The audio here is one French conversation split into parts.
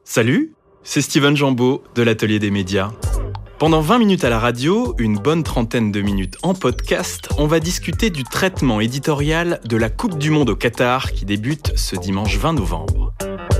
Salut, c'est Steven Jambeau de l'Atelier des médias. Pendant 20 minutes à la radio, une bonne trentaine de minutes en podcast, on va discuter du traitement éditorial de la Coupe du Monde au Qatar qui débute ce dimanche 20 novembre.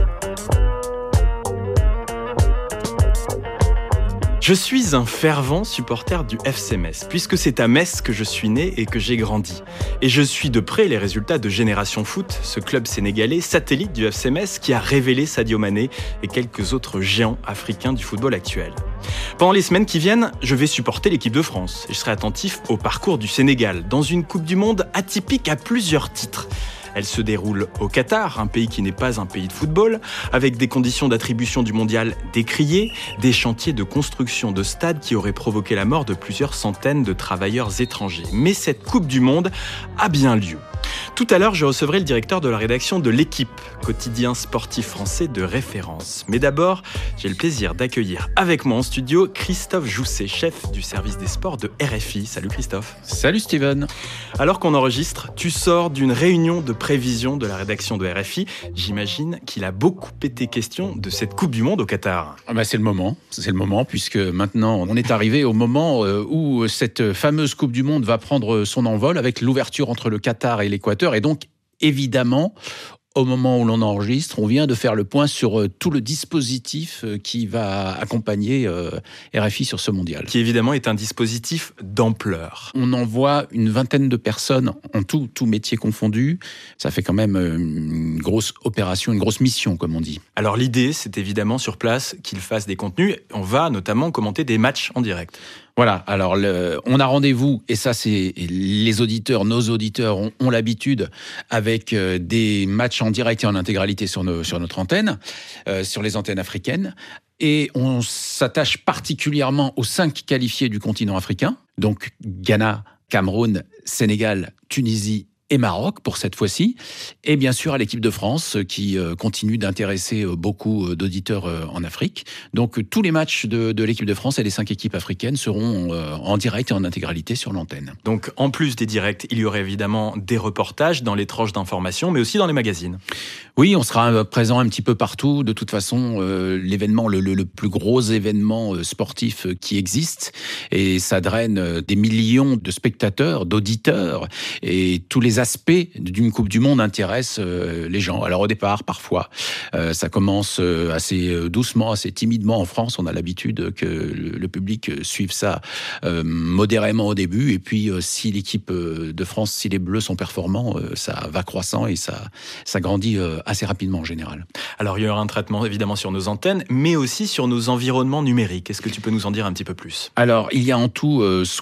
Je suis un fervent supporter du FC Metz, puisque c'est à Metz que je suis né et que j'ai grandi. Et je suis de près les résultats de Génération Foot, ce club sénégalais satellite du FC Metz qui a révélé Sadio Mané et quelques autres géants africains du football actuel. Pendant les semaines qui viennent, je vais supporter l'équipe de France et je serai attentif au parcours du Sénégal dans une Coupe du Monde atypique à plusieurs titres. Elle se déroule au Qatar, un pays qui n'est pas un pays de football, avec des conditions d'attribution du mondial décriées, des chantiers de construction de stades qui auraient provoqué la mort de plusieurs centaines de travailleurs étrangers. Mais cette Coupe du Monde a bien lieu. Tout à l'heure, je recevrai le directeur de la rédaction de L'Équipe, quotidien sportif français de référence. Mais d'abord, j'ai le plaisir d'accueillir avec moi en studio Christophe Jousset, chef du service des sports de RFI. Salut Christophe. Salut Steven. Alors qu'on enregistre, tu sors d'une réunion de prévision de la rédaction de RFI. J'imagine qu'il a beaucoup été question de cette Coupe du Monde au Qatar. C'est le moment, puisque maintenant on est arrivé au moment où cette fameuse Coupe du Monde va prendre son envol avec l'ouverture entre le Qatar et l'Équateur. Et donc, évidemment, au moment où l'on enregistre, on vient de faire le point sur tout le dispositif qui va accompagner RFI sur ce mondial. Qui évidemment est un dispositif d'ampleur. On envoie une vingtaine de personnes en tout métier confondu. Ça fait quand même une grosse opération, une grosse mission, comme on dit. Alors l'idée, c'est évidemment sur place qu'ils fassent des contenus. On va notamment commenter des matchs en direct. Voilà, alors on a rendez-vous, et ça c'est les auditeurs, nos auditeurs ont l'habitude, avec des matchs en direct et en intégralité sur notre antenne, sur les antennes africaines. Et on s'attache particulièrement aux 5 qualifiés du continent africain, donc Ghana, Cameroun, Sénégal, Tunisie et Maroc pour cette fois-ci, et bien sûr à l'équipe de France qui continue d'intéresser beaucoup d'auditeurs en Afrique. Donc tous les matchs de l'équipe de France et des 5 équipes africaines seront en direct et en intégralité sur l'antenne. Donc en plus des directs, il y aurait évidemment des reportages dans les tranches d'information, mais aussi dans les magazines. Oui, on sera présent un petit peu partout. De toute façon, l'événement, le plus gros événement sportif qui existe, et ça draine des millions de spectateurs, d'auditeurs, et tous les aspects d'une Coupe du Monde intéressent les gens. Alors au départ, parfois, ça commence assez doucement, assez timidement en France. On a l'habitude que le public suive ça modérément au début. Et puis, si l'équipe de France, si les Bleus sont performants, ça va croissant et ça grandit assez rapidement en général. Alors il y aura un traitement évidemment sur nos antennes, mais aussi sur nos environnements numériques. Est-ce que tu peux nous en dire un petit peu plus ? Alors, il y a en tout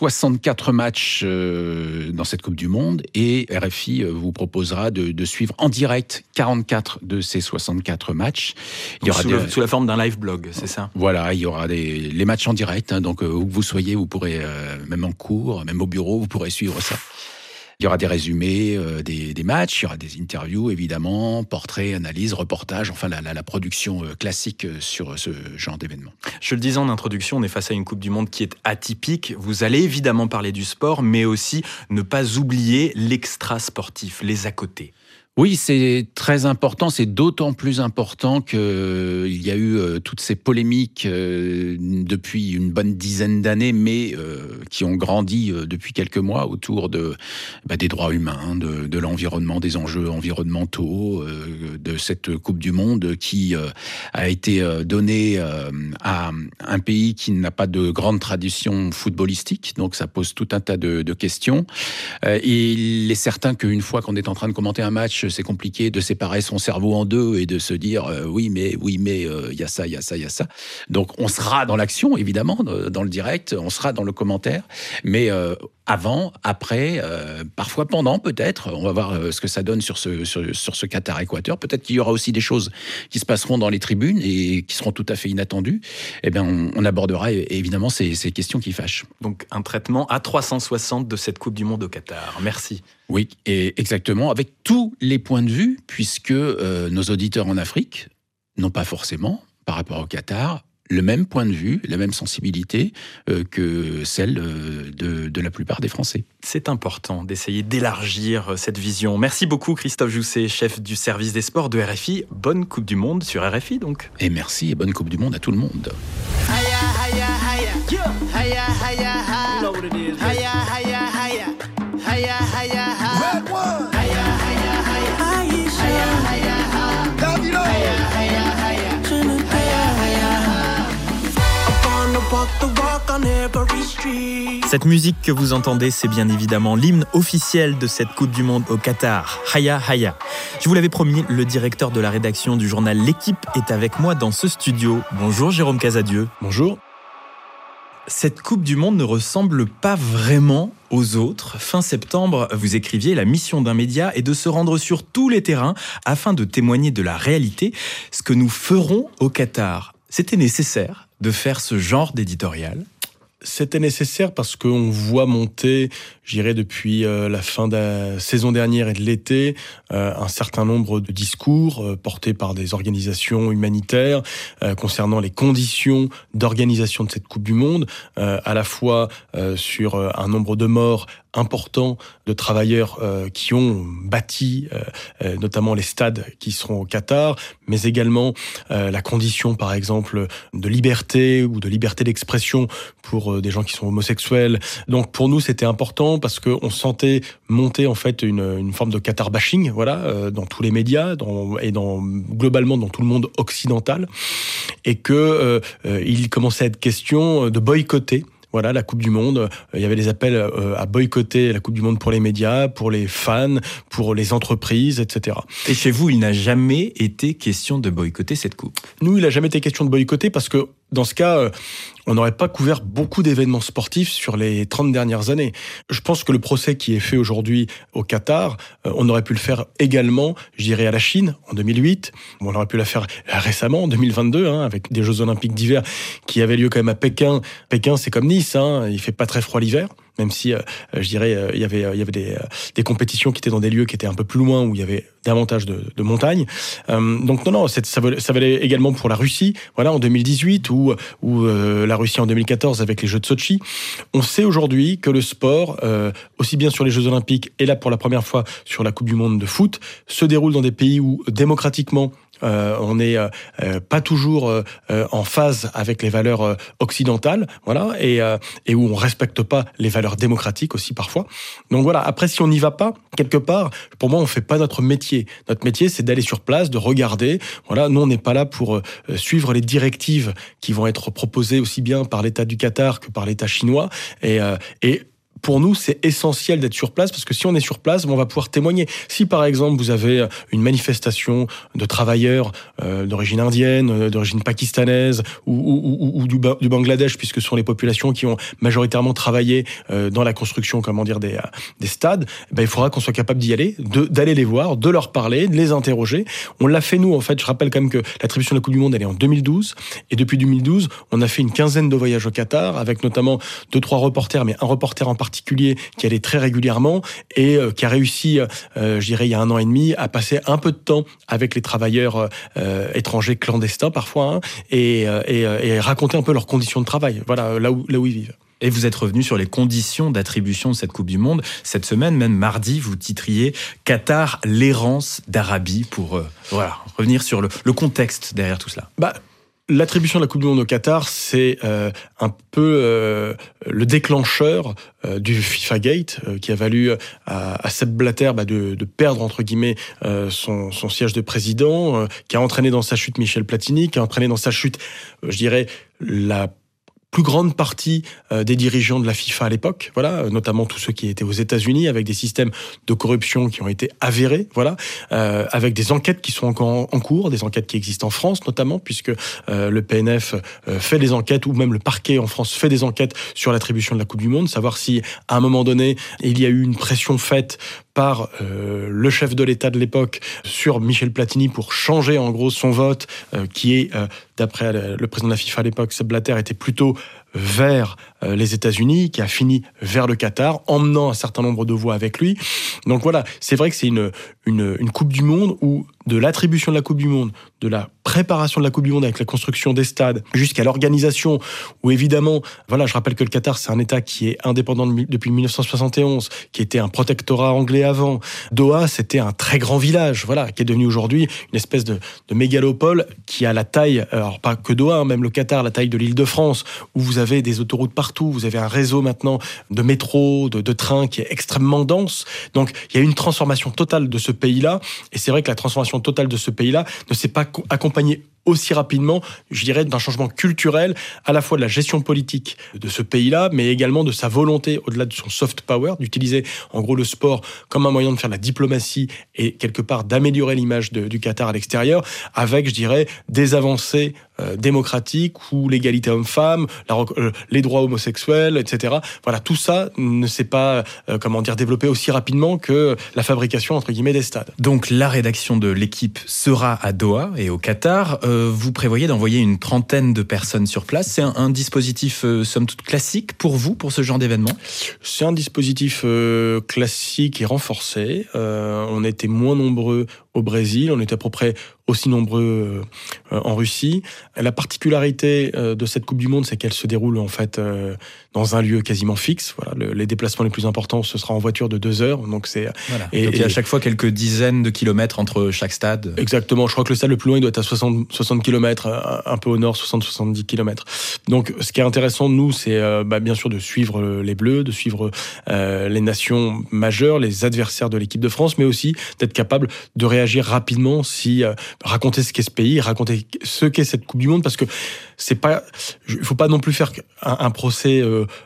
64 matchs dans cette Coupe du Monde, et RFI vous proposera de suivre en direct 44 de ces 64 matchs. Il y aura sous la forme d'un live blog, c'est ça ? Voilà, il y aura les matchs en direct, donc où que vous soyez, vous pourrez, même en cours, même au bureau, vous pourrez suivre ça. Il y aura des résumés des matchs, il y aura des interviews évidemment, portraits, analyses, reportages, enfin la production classique sur ce genre d'événement. Je le disais en introduction, on est face à une Coupe du Monde qui est atypique. Vous allez évidemment parler du sport, mais aussi ne pas oublier l'extra-sportif, les à côté. Oui, c'est très important, c'est d'autant plus important qu'il y a eu toutes ces polémiques depuis une bonne dizaine d'années, mais qui ont grandi depuis quelques mois autour des droits humains, de l'environnement, des enjeux environnementaux, de cette Coupe du Monde qui a été donnée à un pays qui n'a pas de grande tradition footballistique, donc ça pose tout un tas de questions. Et il est certain qu'une fois qu'on est en train de commenter un match, c'est compliqué de séparer son cerveau en deux et de se dire oui mais il y a ça. Donc on sera dans l'action évidemment, dans le direct, on sera dans le commentaire, mais avant, après, parfois pendant peut-être, on va voir ce que ça donne sur ce Qatar-Équateur. Peut-être qu'il y aura aussi des choses qui se passeront dans les tribunes et qui seront tout à fait inattendues. Eh bien, on abordera évidemment ces questions qui fâchent. Donc un traitement à 360 de cette Coupe du Monde au Qatar. Merci. Oui, et exactement, avec tous les points de vue, puisque nos auditeurs en Afrique n'ont pas forcément, par rapport au Qatar, le même point de vue, la même sensibilité que celle de la plupart des Français. C'est important d'essayer d'élargir cette vision. Merci beaucoup Christophe Jousset, chef du service des sports de RFI. Bonne Coupe du Monde sur RFI donc. Et merci et bonne Coupe du Monde à tout le monde. Cette musique que vous entendez, c'est bien évidemment l'hymne officiel de cette Coupe du Monde au Qatar, Haya Haya. Je vous l'avais promis, le directeur de la rédaction du journal L'Équipe est avec moi dans ce studio. Bonjour Jérôme Casadieu. Bonjour. Cette Coupe du Monde ne ressemble pas vraiment aux autres. Fin septembre, vous écriviez « La mission d'un média est de se rendre sur tous les terrains afin de témoigner de la réalité, ce que nous ferons au Qatar ». C'était nécessaire de faire ce genre d'éditorial ? C'était nécessaire parce qu'on voit monter, je dirais depuis la fin de la saison dernière et de l'été, un certain nombre de discours portés par des organisations humanitaires concernant les conditions d'organisation de cette Coupe du Monde, à la fois sur un nombre de morts important de travailleurs qui ont bâti notamment les stades qui seront au Qatar, mais également la condition, par exemple, de liberté ou de liberté d'expression pour des gens qui sont homosexuels. Donc pour nous, c'était important parce qu'on sentait monter en fait une forme de Qatar bashing, voilà, dans tous les médias globalement dans tout le monde occidental, et que il commençait à être question de boycotter. Voilà, la Coupe du Monde. Il y avait des appels à boycotter la Coupe du Monde pour les médias, pour les fans, pour les entreprises, etc. Et chez vous, il n'a jamais été question de boycotter cette Coupe ? Nous, il n'a jamais été question de boycotter parce que, dans ce cas, on n'aurait pas couvert beaucoup d'événements sportifs sur les 30 dernières années. Je pense que le procès qui est fait aujourd'hui au Qatar, on aurait pu le faire également, je dirais, à la Chine, en 2008. On aurait pu la faire récemment, en 2022, avec des Jeux Olympiques d'hiver qui avaient lieu quand même à Pékin. Pékin, c'est comme Nice, il fait pas très froid l'hiver. Même si, je dirais, il y avait des compétitions qui étaient dans des lieux qui étaient un peu plus loin, où il y avait davantage de montagnes. Donc non, ça valait également pour la Russie, voilà, en 2018, ou la Russie en 2014 avec les Jeux de Sotchi. On sait aujourd'hui que le sport, aussi bien sur les Jeux Olympiques et là pour la première fois sur la Coupe du Monde de foot, se déroule dans des pays où démocratiquement on n'est pas toujours en phase avec les valeurs occidentales, voilà, et où on respecte pas les valeurs démocratiques aussi parfois. Donc voilà. Après, si on n'y va pas quelque part, pour moi, on fait pas notre métier. Notre métier, c'est d'aller sur place, de regarder. Voilà, nous, on n'est pas là pour suivre les directives qui vont être proposées aussi bien par l'État du Qatar que par l'État chinois. Et pour nous, c'est essentiel d'être sur place parce que si on est sur place, on va pouvoir témoigner. Si par exemple vous avez une manifestation de travailleurs d'origine indienne, d'origine pakistanaise ou du Bangladesh, puisque ce sont les populations qui ont majoritairement travaillé dans la construction, des stades, il faudra qu'on soit capable d'y aller, d'aller les voir, de leur parler, de les interroger. On l'a fait nous, en fait. Je rappelle quand même que l'attribution de la Coupe du Monde, elle est en 2012, et depuis 2012, on a fait une quinzaine de voyages au Qatar, avec notamment 2-3 reporters, mais un reporter en particulier qui allait très régulièrement et qui a réussi, je dirais, il y a 1 an et demi, à passer un peu de temps avec les travailleurs étrangers clandestins parfois, et raconter un peu leurs conditions de travail, voilà, là où ils vivent. Et vous êtes revenu sur les conditions d'attribution de cette Coupe du Monde. Cette semaine, même mardi, vous titriez « Qatar, l'errance d'Arabie » pour revenir sur le contexte derrière tout cela. L'attribution de la Coupe du Monde au Qatar, c'est un peu le déclencheur du FIFA Gate, qui a valu à Sepp Blatter de perdre, entre guillemets, son siège de président, qui a entraîné dans sa chute Michel Platini, qui a entraîné dans sa chute, je dirais, la plus grande partie des dirigeants de la FIFA à l'époque, voilà, notamment tous ceux qui étaient aux États-Unis, avec des systèmes de corruption qui ont été avérés, voilà, avec des enquêtes qui sont encore en cours, des enquêtes qui existent en France notamment, puisque le PNF fait des enquêtes, ou même le parquet en France fait des enquêtes sur l'attribution de la Coupe du Monde, savoir si à un moment donné il y a eu une pression faite par le chef de l'État de l'époque sur Michel Platini pour changer en gros son vote, qui est, d'après le président de la FIFA à l'époque, Sepp Blatter, était plutôt vers les États-Unis, qui a fini vers le Qatar, emmenant un certain nombre de voix avec lui. Donc voilà, c'est vrai que c'est une Coupe du Monde où de l'attribution de la Coupe du Monde, de la préparation de la Coupe du Monde avec la construction des stades, jusqu'à l'organisation, où évidemment, voilà, je rappelle que le Qatar, c'est un État qui est indépendant depuis 1971, qui était un protectorat anglais avant. Doha, c'était un très grand village, voilà, qui est devenu aujourd'hui une espèce de mégalopole qui a la taille, alors pas que Doha, même le Qatar, la taille de l'Île-de-France, où vous avez des autoroutes partout, vous avez un réseau maintenant de métro, de trains qui est extrêmement dense. Donc, il y a une transformation totale de ce pays-là, et c'est vrai que la transformation totale de ce pays-là ne s'est pas accompagnée aussi rapidement, je dirais, d'un changement culturel, à la fois de la gestion politique de ce pays-là, mais également de sa volonté, au-delà de son soft power, d'utiliser en gros le sport comme un moyen de faire la diplomatie et quelque part d'améliorer l'image du Qatar à l'extérieur, avec, je dirais, des avancées démocratiques ou l'égalité homme-femme, les droits homosexuels, etc. Voilà, tout ça ne s'est pas, développé aussi rapidement que la fabrication, entre guillemets, des stades. Donc la rédaction de l'équipe sera à Doha et au Qatar. Vous prévoyez d'envoyer une trentaine de personnes sur place. C'est un dispositif, somme toute, classique pour vous, pour ce genre d'événement ? C'est un dispositif classique et renforcé. On était moins nombreux au Brésil, on était à peu près aussi nombreux en Russie. La particularité de cette Coupe du Monde, c'est qu'elle se déroule en fait dans un lieu quasiment fixe. Voilà, les déplacements les plus importants, ce sera en voiture de 2 heures. Donc c'est voilà. Donc il y a à chaque fois quelques dizaines de kilomètres entre chaque stade. Exactement. Je crois que le stade le plus loin il doit être à 60 km, un peu au nord, 60-70 km. Donc ce qui est intéressant, nous, c'est bien sûr de suivre les Bleus, de suivre les nations majeures, les adversaires de l'équipe de France, mais aussi d'être capable de réagir rapidement raconter ce qu'est ce pays, raconter ce qu'est cette Coupe du Monde, parce que c'est pas, il faut pas non plus faire un procès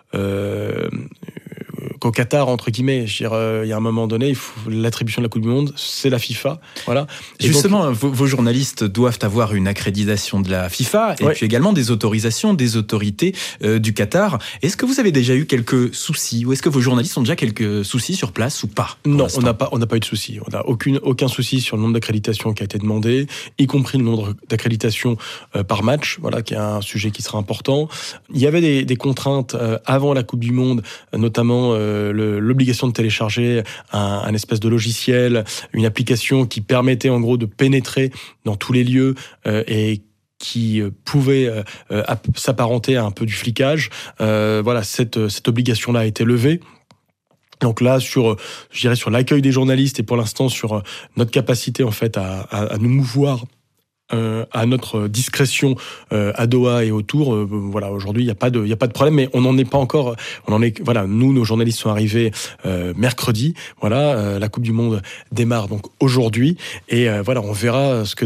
qu'au Qatar, entre guillemets. Je veux dire, il y a un moment donné, l'attribution de la Coupe du Monde, c'est la FIFA. Voilà. Et justement, donc, vos journalistes doivent avoir une accréditation de la FIFA et puis également des autorisations des autorités du Qatar. Est-ce que vous avez déjà eu quelques soucis, ou est-ce que vos journalistes ont déjà quelques soucis sur place ou pas? Non, on n'a pas eu de soucis. On n'a aucun souci sur le nombre d'accréditations qui a été demandé, y compris le nombre d'accréditations par match, voilà, qui est un sujet qui sera important. Il y avait des contraintes avant la Coupe du Monde, notamment l'obligation de télécharger un espèce de logiciel, une application qui permettait en gros de pénétrer dans tous les lieux et qui pouvait s'apparenter à un peu du flicage. Voilà, cette obligation-là a été levée. Donc là, je dirais sur l'accueil des journalistes et pour l'instant sur notre capacité en fait à nous mouvoir à notre discrétion à Doha et autour, voilà, aujourd'hui il y a pas de problème, mais on n'en est pas encore. Voilà, nous, nos journalistes sont arrivés mercredi. Voilà, la Coupe du Monde démarre donc aujourd'hui et voilà, on verra ce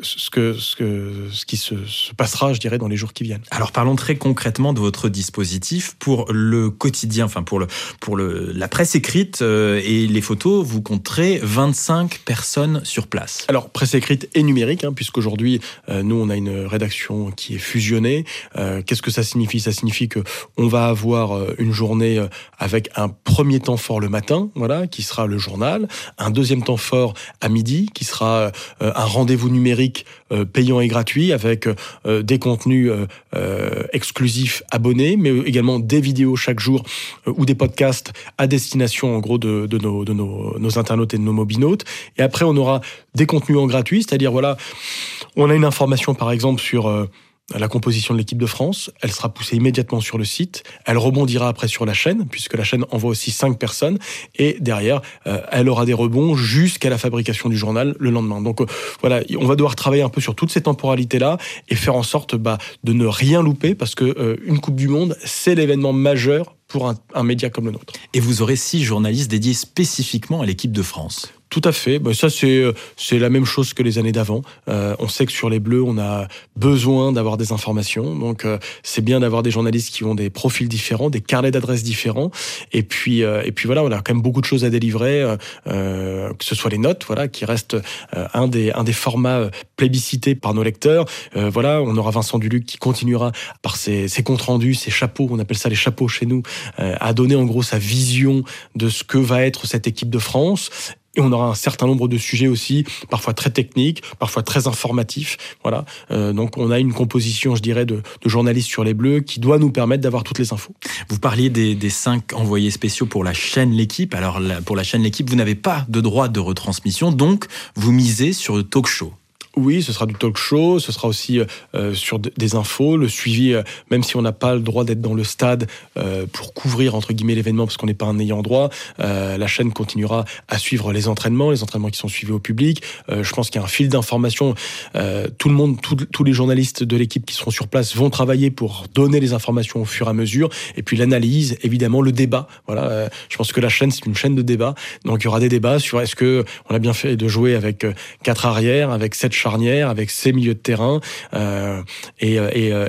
qui se passera, je dirais, dans les jours qui viennent. Alors parlons très concrètement de votre dispositif pour le quotidien, enfin pour la presse écrite et les photos. Vous compterez 25 personnes sur place. Alors presse écrite et numérique, puisqu'aujourd'hui, nous, on a une rédaction qui est fusionnée. Qu'est-ce que ça signifie ? Ça signifie que on va avoir une journée avec un premier temps fort le matin, voilà, qui sera le journal, un deuxième temps fort à midi, qui sera un rendez-vous numérique payant et gratuit avec des contenus exclusifs abonnés, mais également des vidéos chaque jour ou des podcasts à destination en gros de nos internautes et de nos mobinautes. Et après, on aura des contenus en gratuit, c'est-à-dire voilà. On a une information, par exemple, sur la composition de l'équipe de France. Elle sera poussée immédiatement sur le site. Elle rebondira après sur la chaîne, puisque la chaîne envoie aussi 5 personnes. Et derrière, elle aura des rebonds jusqu'à la fabrication du journal le lendemain. Donc voilà, on va devoir travailler un peu sur toutes ces temporalités-là et faire en sorte de ne rien louper, parce que une Coupe du Monde, c'est l'événement majeur pour un média comme le nôtre. Et vous aurez 6 journalistes dédiés spécifiquement à l'équipe de France. Tout à fait. Ça, c'est la même chose que les années d'avant. On sait que sur les Bleus, on a besoin d'avoir des informations. Donc, c'est bien d'avoir des journalistes qui ont des profils différents, des carnets d'adresses différents. Et puis voilà, on a quand même beaucoup de choses à délivrer. Que ce soit les notes, voilà, qui restent un des formats plébiscités par nos lecteurs. Voilà, on aura Vincent Duluc qui continuera par ses comptes rendus, ses chapeaux, on appelle ça les chapeaux chez nous, à donner en gros sa vision de ce que va être cette équipe de France. et on aura un certain nombre de sujets aussi, parfois très techniques, parfois très informatifs. Voilà. Donc on a une composition, je dirais, de journalistes sur les Bleus qui doit nous permettre d'avoir toutes les infos. Vous parliez des 5 envoyés spéciaux pour la chaîne L'Équipe. Alors pour la chaîne L'Équipe, vous n'avez pas de droit de retransmission, donc vous misez sur le talk show. Oui, ce sera du talk show, ce sera aussi sur des infos, le suivi, même si on n'a pas le droit d'être dans le stade pour couvrir, entre guillemets, l'événement, parce qu'on n'est pas un ayant droit, la chaîne continuera à suivre les entraînements qui sont suivis au public. Je pense qu'il y a un fil d'information. Tout le monde, tous les journalistes de l'équipe qui seront sur place vont travailler pour donner les informations au fur et à mesure. Et puis l'analyse, évidemment, le débat. Voilà, je pense que la chaîne, c'est une chaîne de débat. Donc il y aura des débats sur est-ce que on a bien fait de jouer avec 4 arrières, avec 7 charnières, avec ses milieux de terrain et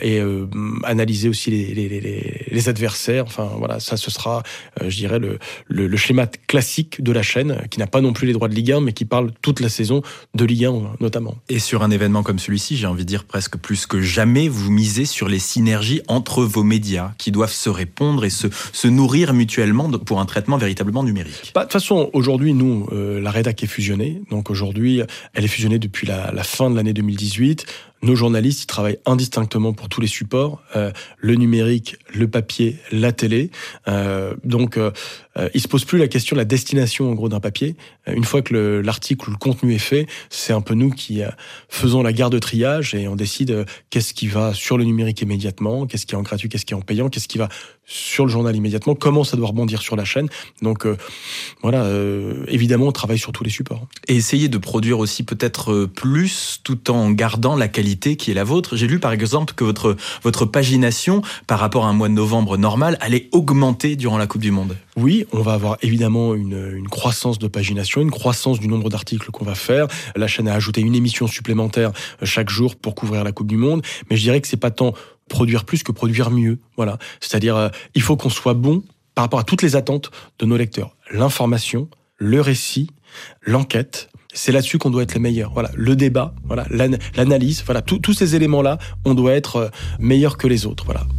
analyser aussi les adversaires. Enfin voilà, ça ce sera, je dirais, le schéma classique de la chaîne qui n'a pas non plus les droits de Ligue 1, mais qui parle toute la saison de Ligue 1 notamment. Et sur un événement comme celui-ci, j'ai envie de dire presque plus que jamais, vous misez sur les synergies entre vos médias qui doivent se répondre et se nourrir mutuellement pour un traitement véritablement numérique. De toute façon, aujourd'hui, nous, la rédac est fusionnée. Donc aujourd'hui, elle est fusionnée depuis la fin de l'année 2018. Nos journalistes, ils travaillent indistinctement pour tous les supports, le numérique, le papier, la télé. Donc, il se pose plus la question de la destination en gros d'un papier. Une fois que l'article ou le contenu est fait, c'est un peu nous qui faisons la garde de triage et on décide qu'est-ce qui va sur le numérique immédiatement, qu'est-ce qui est en gratuit, qu'est-ce qui est en payant, qu'est-ce qui va sur le journal immédiatement, comment ça doit rebondir sur la chaîne. Donc voilà, évidemment, on travaille sur tous les supports. Et essayer de produire aussi peut-être plus tout en gardant la qualité qui est la vôtre. J'ai lu par exemple que votre pagination par rapport à un mois de novembre normal allait augmenter durant la Coupe du Monde. Oui, on va avoir évidemment une croissance de pagination, une croissance du nombre d'articles qu'on va faire. La chaîne a ajouté une émission supplémentaire chaque jour pour couvrir la Coupe du Monde. Mais je dirais que c'est pas tant produire plus que produire mieux. Voilà. C'est-à-dire, il faut qu'on soit bon par rapport à toutes les attentes de nos lecteurs. L'information, le récit, l'enquête. C'est là-dessus qu'on doit être les meilleurs. Voilà, le débat, voilà, l'analyse, voilà, tous ces éléments-là, on doit être meilleurs que les autres. Voilà.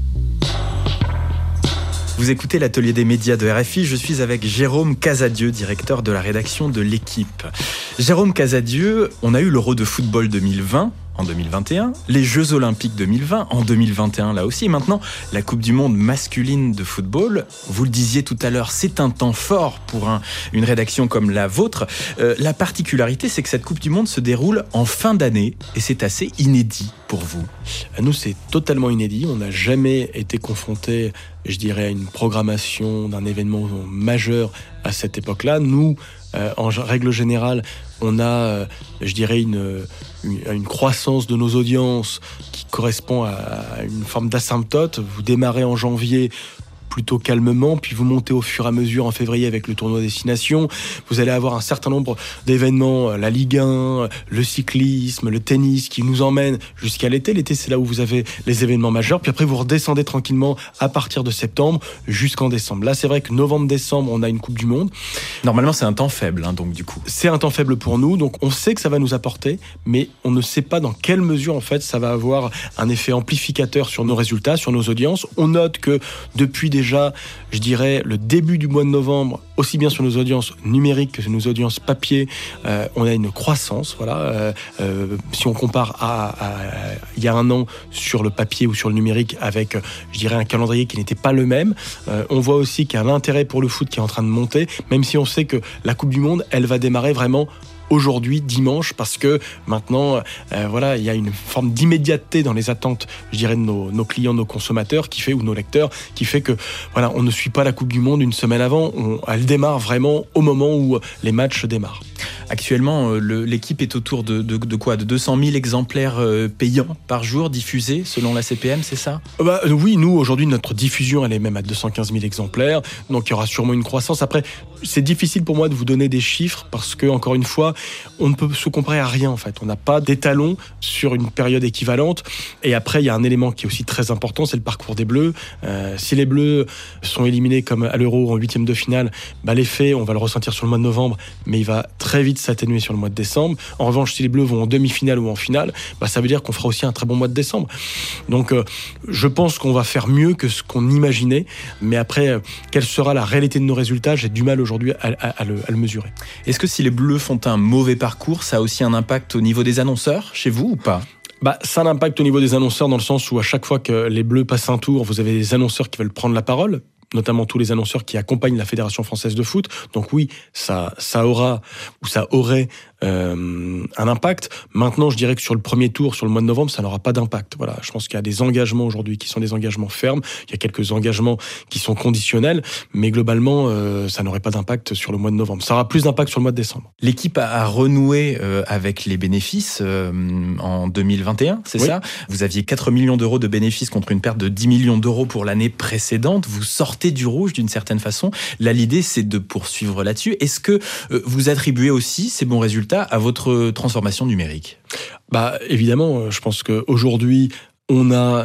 Vous écoutez l'atelier des médias de RFI, je suis avec Jérôme Casadieu, directeur de la rédaction de L'Équipe. Jérôme Casadieu, on a eu l'Euro de football 2020 en 2021, les Jeux Olympiques 2020 en 2021 là aussi, et maintenant la Coupe du Monde masculine de football. Vous le disiez tout à l'heure, c'est un temps fort pour une rédaction comme la vôtre. La particularité, c'est que cette Coupe du Monde se déroule en fin d'année et c'est assez inédit pour vous. Nous, c'est totalement inédit. On n'a jamais été confronté, je dirais, à une programmation d'un événement majeur à cette époque-là. Nous, en règle générale, on a, je dirais, une croissance de nos audiences qui correspond à une forme d'asymptote. Vous démarrez en janvier plutôt calmement, puis vous montez au fur et à mesure en février avec le tournoi Destination. Vous allez avoir un certain nombre d'événements, la Ligue 1, le cyclisme, le tennis, qui nous emmènent jusqu'à l'été. L'été, c'est là où vous avez les événements majeurs. Puis après, vous redescendez tranquillement à partir de septembre jusqu'en décembre. Là, c'est vrai que novembre-décembre, on a une Coupe du Monde. Normalement, c'est un temps faible, donc du coup. C'est un temps faible pour nous, donc on sait que ça va nous apporter, mais on ne sait pas dans quelle mesure, en fait, ça va avoir un effet amplificateur sur nos résultats, sur nos audiences. On note que depuis déjà, je dirais, le début du mois de novembre, aussi bien sur nos audiences numériques que sur nos audiences papier, on a une croissance. Voilà. Si on compare à il y a un an sur le papier ou sur le numérique avec, je dirais, un calendrier qui n'était pas le même, on voit aussi qu'il y a l'intérêt pour le foot qui est en train de monter, même si on sait que la Coupe du Monde, elle va démarrer vraiment aujourd'hui, dimanche, parce que maintenant, voilà, il y a une forme d'immédiateté dans les attentes, je dirais, de nos clients, nos consommateurs, qui fait, ou nos lecteurs, qui fait que, voilà, on ne suit pas la Coupe du Monde une semaine avant, elle démarre vraiment au moment où les matchs démarrent. Actuellement, l'équipe est autour de quoi ? De 200 000 exemplaires payants par jour, diffusés, selon la CPM, c'est ça ? Oui, nous, aujourd'hui, notre diffusion, elle est même à 215 000 exemplaires, donc il y aura sûrement une croissance. Après, c'est difficile pour moi de vous donner des chiffres, parce que, encore une fois, on ne peut se comparer à rien, en fait. On n'a pas d'étalon sur une période équivalente. Et après, il y a un élément qui est aussi très important, c'est le parcours des Bleus. Si les Bleus sont éliminés comme à l'Euro en 8e de finale, l'effet, on va le ressentir sur le mois de novembre, mais il va très très vite s'atténuer sur le mois de décembre. En revanche, si les Bleus vont en demi-finale ou en finale, ça veut dire qu'on fera aussi un très bon mois de décembre. Donc, je pense qu'on va faire mieux que ce qu'on imaginait. Mais après, quelle sera la réalité de nos résultats ? J'ai du mal aujourd'hui à le mesurer. Est-ce que si les Bleus font un mauvais parcours, ça a aussi un impact au niveau des annonceurs, chez vous ou pas ? Ça a un impact au niveau des annonceurs dans le sens où à chaque fois que les Bleus passent un tour, vous avez des annonceurs qui veulent prendre la parole, notamment tous les annonceurs qui accompagnent la Fédération française de foot. Donc oui, ça aurait un impact. Maintenant, je dirais que sur le premier tour, sur le mois de novembre, ça n'aura pas d'impact. Voilà, je pense qu'il y a des engagements aujourd'hui qui sont des engagements fermes. Il y a quelques engagements qui sont conditionnels, mais globalement, ça n'aurait pas d'impact sur le mois de novembre. Ça aura plus d'impact sur le mois de décembre. L'équipe a renoué avec les bénéfices en 2021, c'est ça ? Vous aviez 4 millions d'euros de bénéfices contre une perte de 10 millions d'euros pour l'année précédente. Vous sortez du rouge d'une certaine façon. Là, l'idée, c'est de poursuivre là-dessus. Est-ce que vous attribuez aussi ces bons résultats à votre transformation numérique ? Évidemment, je pense qu'aujourd'hui, on a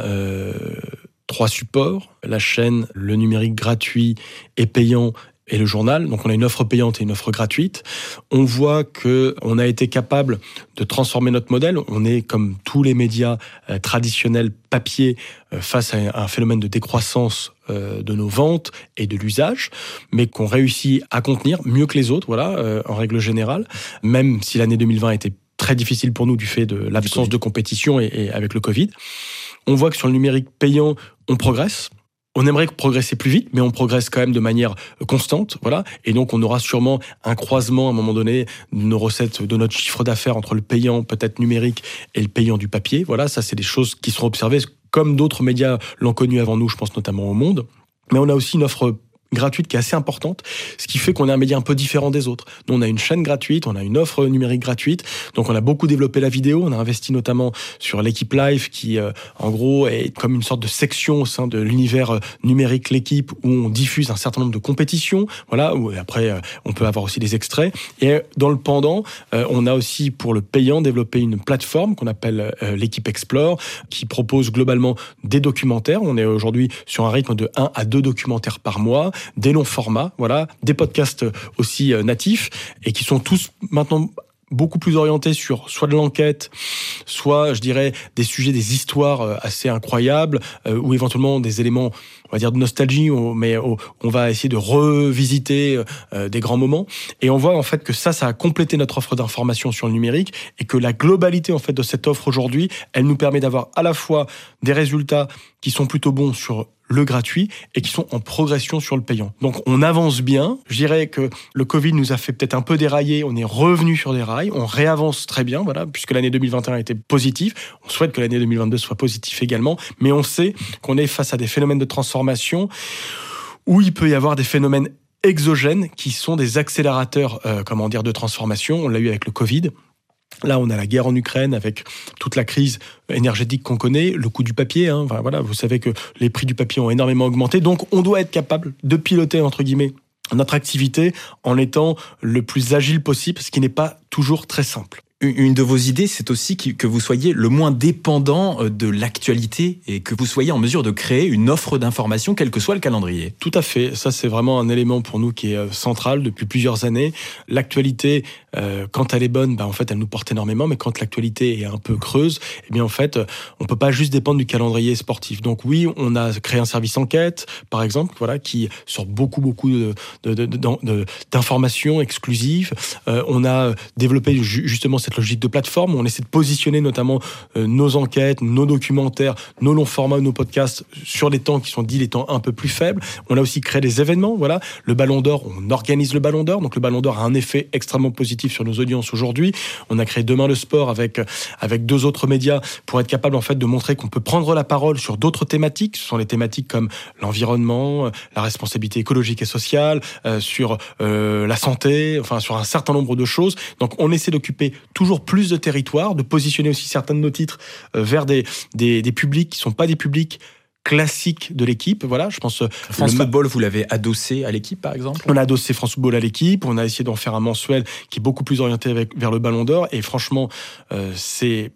3 supports, la chaîne, le numérique gratuit et payant et le journal. Donc on a une offre payante et une offre gratuite. On voit qu'on a été capable de transformer notre modèle. On est, comme tous les médias traditionnels papier, face à un phénomène de décroissance de nos ventes et de l'usage, mais qu'on réussit à contenir mieux que les autres, en règle générale, même si l'année 2020 était très difficile pour nous du fait de l'absence de compétition et avec le Covid. On voit que sur le numérique payant, on progresse. On aimerait progresser plus vite, mais on progresse quand même de manière constante, Et donc, on aura sûrement un croisement à un moment donné de nos recettes, de notre chiffre d'affaires entre le payant, peut-être numérique, et le payant du papier. Ça, c'est des choses qui seront observées, comme d'autres médias l'ont connu avant nous, je pense notamment au Monde. Mais on a aussi une offre gratuite qui est assez importante, ce qui fait qu'on est un média un peu différent des autres. Nous, on a une chaîne gratuite, on a une offre numérique gratuite, donc on a beaucoup développé la vidéo, on a investi notamment sur l'équipe live qui, en gros, est comme une sorte de section au sein de l'univers numérique l'équipe où on diffuse un certain nombre de compétitions, où après on peut avoir aussi des extraits. Et dans le pendant, on a aussi pour le payant développé une plateforme qu'on appelle l'équipe Explore, qui propose globalement des documentaires. On est aujourd'hui sur un rythme de 1 à 2 documentaires par mois, des longs formats, des podcasts aussi natifs et qui sont tous maintenant beaucoup plus orientés sur soit de l'enquête, soit, je dirais, des sujets, des histoires assez incroyables ou éventuellement des éléments, on va dire, de nostalgie, mais on va essayer de revisiter des grands moments. Et on voit en fait que ça a complété notre offre d'information sur le numérique et que la globalité en fait de cette offre aujourd'hui, elle nous permet d'avoir à la fois des résultats qui sont plutôt bons sur le gratuit et qui sont en progression sur le payant. Donc on avance bien. Je dirais que le Covid nous a fait peut-être un peu dérailler. On est revenu sur des rails. On réavance très bien, puisque l'année 2021 était positive. On souhaite que l'année 2022 soit positive également. Mais on sait qu'on est face à des phénomènes de transformation où il peut y avoir des phénomènes exogènes qui sont des accélérateurs de transformation. On l'a eu avec le Covid. Là, on a la guerre en Ukraine avec toute la crise énergétique qu'on connaît, le coût du papier. Vous savez que les prix du papier ont énormément augmenté. Donc, on doit être capable de piloter, entre guillemets, notre activité en étant le plus agile possible, ce qui n'est pas toujours très simple. Une de vos idées, c'est aussi que vous soyez le moins dépendant de l'actualité et que vous soyez en mesure de créer une offre d'information, quel que soit le calendrier. Tout à fait. Ça, c'est vraiment un élément pour nous qui est central depuis plusieurs années. L'actualité, quand elle est bonne, en fait, elle nous porte énormément, mais quand l'actualité est un peu creuse, en fait, on peut pas juste dépendre du calendrier sportif. Donc oui, on a créé un service enquête, par exemple, qui sort beaucoup d'informations exclusives. On a développé justement cette logique de plateforme où on essaie de positionner notamment nos enquêtes, nos documentaires, nos longs formats, nos podcasts sur les temps qui sont dits les temps un peu plus faibles. On a aussi créé des événements, Le Ballon d'Or, on organise le Ballon d'Or, donc le Ballon d'Or a un effet extrêmement positif sur nos audiences aujourd'hui. On a créé Demain le Sport avec 2 autres médias pour être capable en fait de montrer qu'on peut prendre la parole sur d'autres thématiques. Ce sont les thématiques comme l'environnement, la responsabilité écologique et sociale, sur la santé, sur un certain nombre de choses. Donc on essaie d'occuper toujours plus de territoire, de positionner aussi certains de nos titres vers des publics qui ne sont pas des publics classiques de l'équipe. Je pense... France Football, vous l'avez adossé à l'équipe, par exemple ? On a adossé France Football à l'équipe. On a essayé d'en faire un mensuel qui est beaucoup plus orienté vers le Ballon d'Or. Et franchement, c'est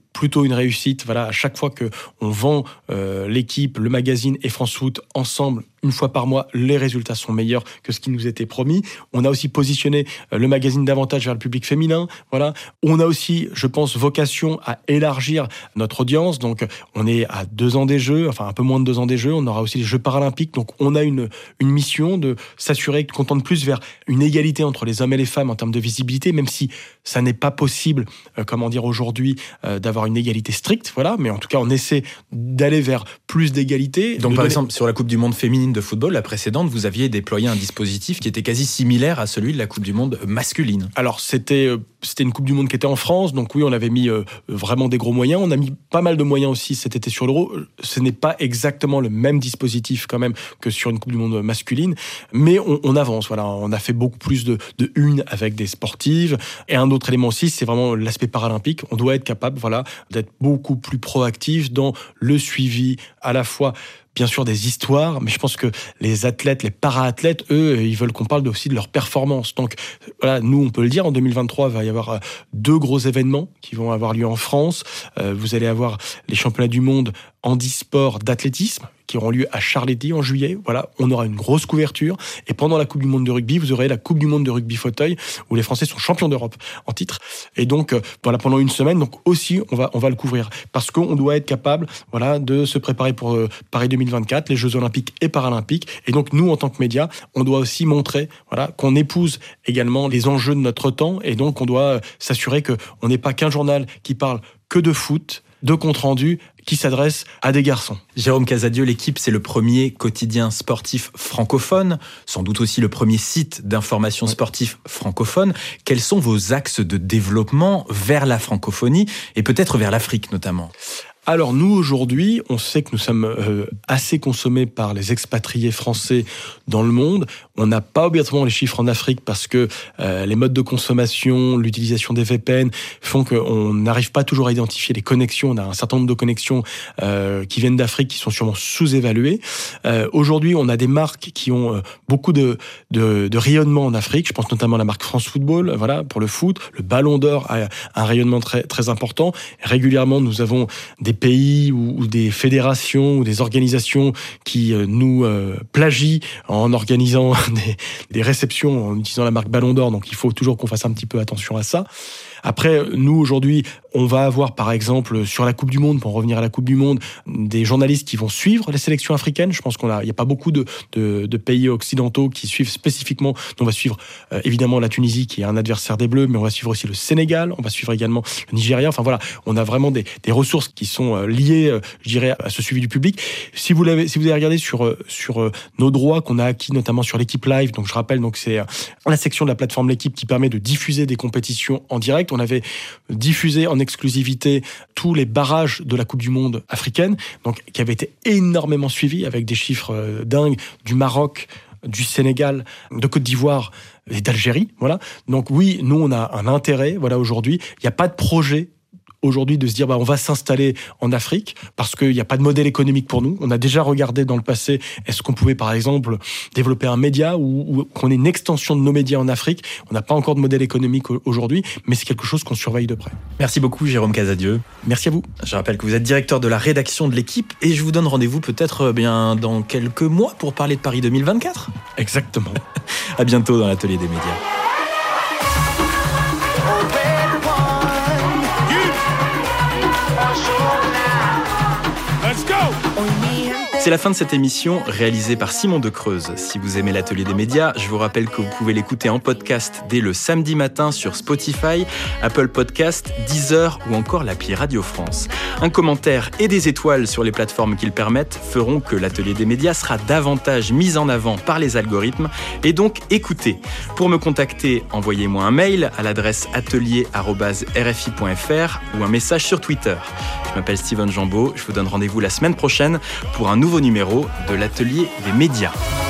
plutôt une réussite. Voilà, à chaque fois que on vend l'équipe, le magazine et France Foot ensemble, une fois par mois, les résultats sont meilleurs que ce qui nous était promis. On a aussi positionné le magazine davantage vers le public féminin. Voilà. On a aussi, je pense, vocation à élargir notre audience. Donc, on est à 2 ans des Jeux, enfin un peu moins de 2 ans des Jeux. On aura aussi les Jeux paralympiques. Donc, on a une mission de s'assurer qu'on tende plus vers une égalité entre les hommes et les femmes en termes de visibilité, même si ça n'est pas possible, aujourd'hui, d'avoir une égalité stricte. Voilà. Mais en tout cas, on essaie d'aller vers plus d'égalité. Donc, par exemple, sur la Coupe du Monde féminine de football, la précédente, vous aviez déployé un dispositif qui était quasi similaire à celui de la Coupe du Monde masculine. Alors, c'était une Coupe du Monde qui était en France, donc oui, on avait mis vraiment des gros moyens. On a mis pas mal de moyens aussi cet été sur l'Euro. Ce n'est pas exactement le même dispositif quand même que sur une Coupe du Monde masculine, mais on avance. Voilà, on a fait beaucoup plus de une avec des sportives. Et un autre élément aussi, c'est vraiment l'aspect paralympique. On doit être capable, d'être beaucoup plus proactif dans le suivi à la fois. Bien sûr des histoires, mais je pense que les athlètes, les para-athlètes, eux, ils veulent qu'on parle aussi de leur performance. Donc voilà, nous, on peut le dire, en 2023, il va y avoir 2 gros événements qui vont avoir lieu en France. Vous allez avoir les championnats du monde handisport d'athlétisme qui auront lieu à Charletti en juillet. Voilà, on aura une grosse couverture. Et pendant la Coupe du Monde de rugby, vous aurez la Coupe du Monde de rugby fauteuil où les Français sont champions d'Europe en titre. Et donc, pendant une semaine, donc aussi, on va le couvrir parce qu'on doit être capable, de se préparer pour Paris 2024, les Jeux Olympiques et Paralympiques. Et donc, nous, en tant que médias, on doit aussi montrer, qu'on épouse également les enjeux de notre temps. Et donc, on doit s'assurer qu'on n'est pas qu'un journal qui parle que de foot, de compte rendu qui s'adresse à des garçons. Jérôme Casadieu, l'équipe, c'est le premier quotidien sportif francophone, sans doute aussi le premier site d'information sportif francophone. Quels sont vos axes de développement vers la francophonie et peut-être vers l'Afrique notamment ? Alors nous, aujourd'hui, on sait que nous sommes assez consommés par les expatriés français dans le monde. On n'a pas obligatoirement les chiffres en Afrique parce que les modes de consommation, l'utilisation des VPN font qu'on n'arrive pas toujours à identifier les connexions. On a un certain nombre de connexions qui viennent d'Afrique qui sont sûrement sous-évaluées. Aujourd'hui, on a des marques qui ont beaucoup de rayonnement en Afrique. Je pense notamment à la marque France Football, pour le foot. Le Ballon d'Or a un rayonnement très, très important. Régulièrement, nous avons des pays ou des fédérations ou des organisations qui nous plagient en organisant des réceptions en utilisant la marque Ballon d'Or. Donc, il faut toujours qu'on fasse un petit peu attention à ça. Après, nous, aujourd'hui, on va avoir, par exemple, sur la Coupe du Monde, pour en revenir à la Coupe du Monde, des journalistes qui vont suivre les sélections africaines. Je pense il n'y a pas beaucoup de pays occidentaux qui suivent spécifiquement. On va suivre, évidemment, la Tunisie, qui est un adversaire des Bleus, mais on va suivre aussi le Sénégal, on va suivre également le Nigeria. Enfin, voilà, on a vraiment des ressources qui sont liées, je dirais, à ce suivi du public. Si vous avez regardé sur nos droits qu'on a acquis, notamment sur l'équipe live, donc je rappelle, c'est la section de la plateforme L'équipe qui permet de diffuser des compétitions en direct. On avait diffusé en exclusivité tous les barrages de la Coupe du Monde africaine, donc qui avaient été énormément suivis avec des chiffres dingues du Maroc, du Sénégal, de Côte d'Ivoire et d'Algérie. Voilà. Donc oui, nous on a un intérêt. Aujourd'hui, il n'y a pas de projet aujourd'hui de se dire on va s'installer en Afrique parce qu'il n'y a pas de modèle économique pour nous. On a déjà regardé dans le passé, est-ce qu'on pouvait par exemple développer un média ou qu'on ait une extension de nos médias en Afrique. On n'a pas encore de modèle économique aujourd'hui, mais c'est quelque chose qu'on surveille de près. Merci beaucoup Jérôme Casadieu. Merci à vous. Je rappelle que vous êtes directeur de la rédaction de l'équipe et je vous donne rendez-vous peut-être dans quelques mois pour parler de Paris 2024. Exactement. À bientôt dans l'Atelier des médias. C'est la fin de cette émission réalisée par Simon De Creuse. Si vous aimez l'Atelier des médias, je vous rappelle que vous pouvez l'écouter en podcast dès le samedi matin sur Spotify, Apple Podcast, Deezer ou encore l'appli Radio France. Un commentaire et des étoiles sur les plateformes qui le permettent feront que l'Atelier des médias sera davantage mis en avant par les algorithmes et donc écouté. Pour me contacter, envoyez-moi un mail à l'adresse atelier@rfi.fr ou un message sur Twitter. Je m'appelle Steven Jambeau, je vous donne rendez-vous la semaine prochaine pour un nouveau numéro de l'Atelier des médias.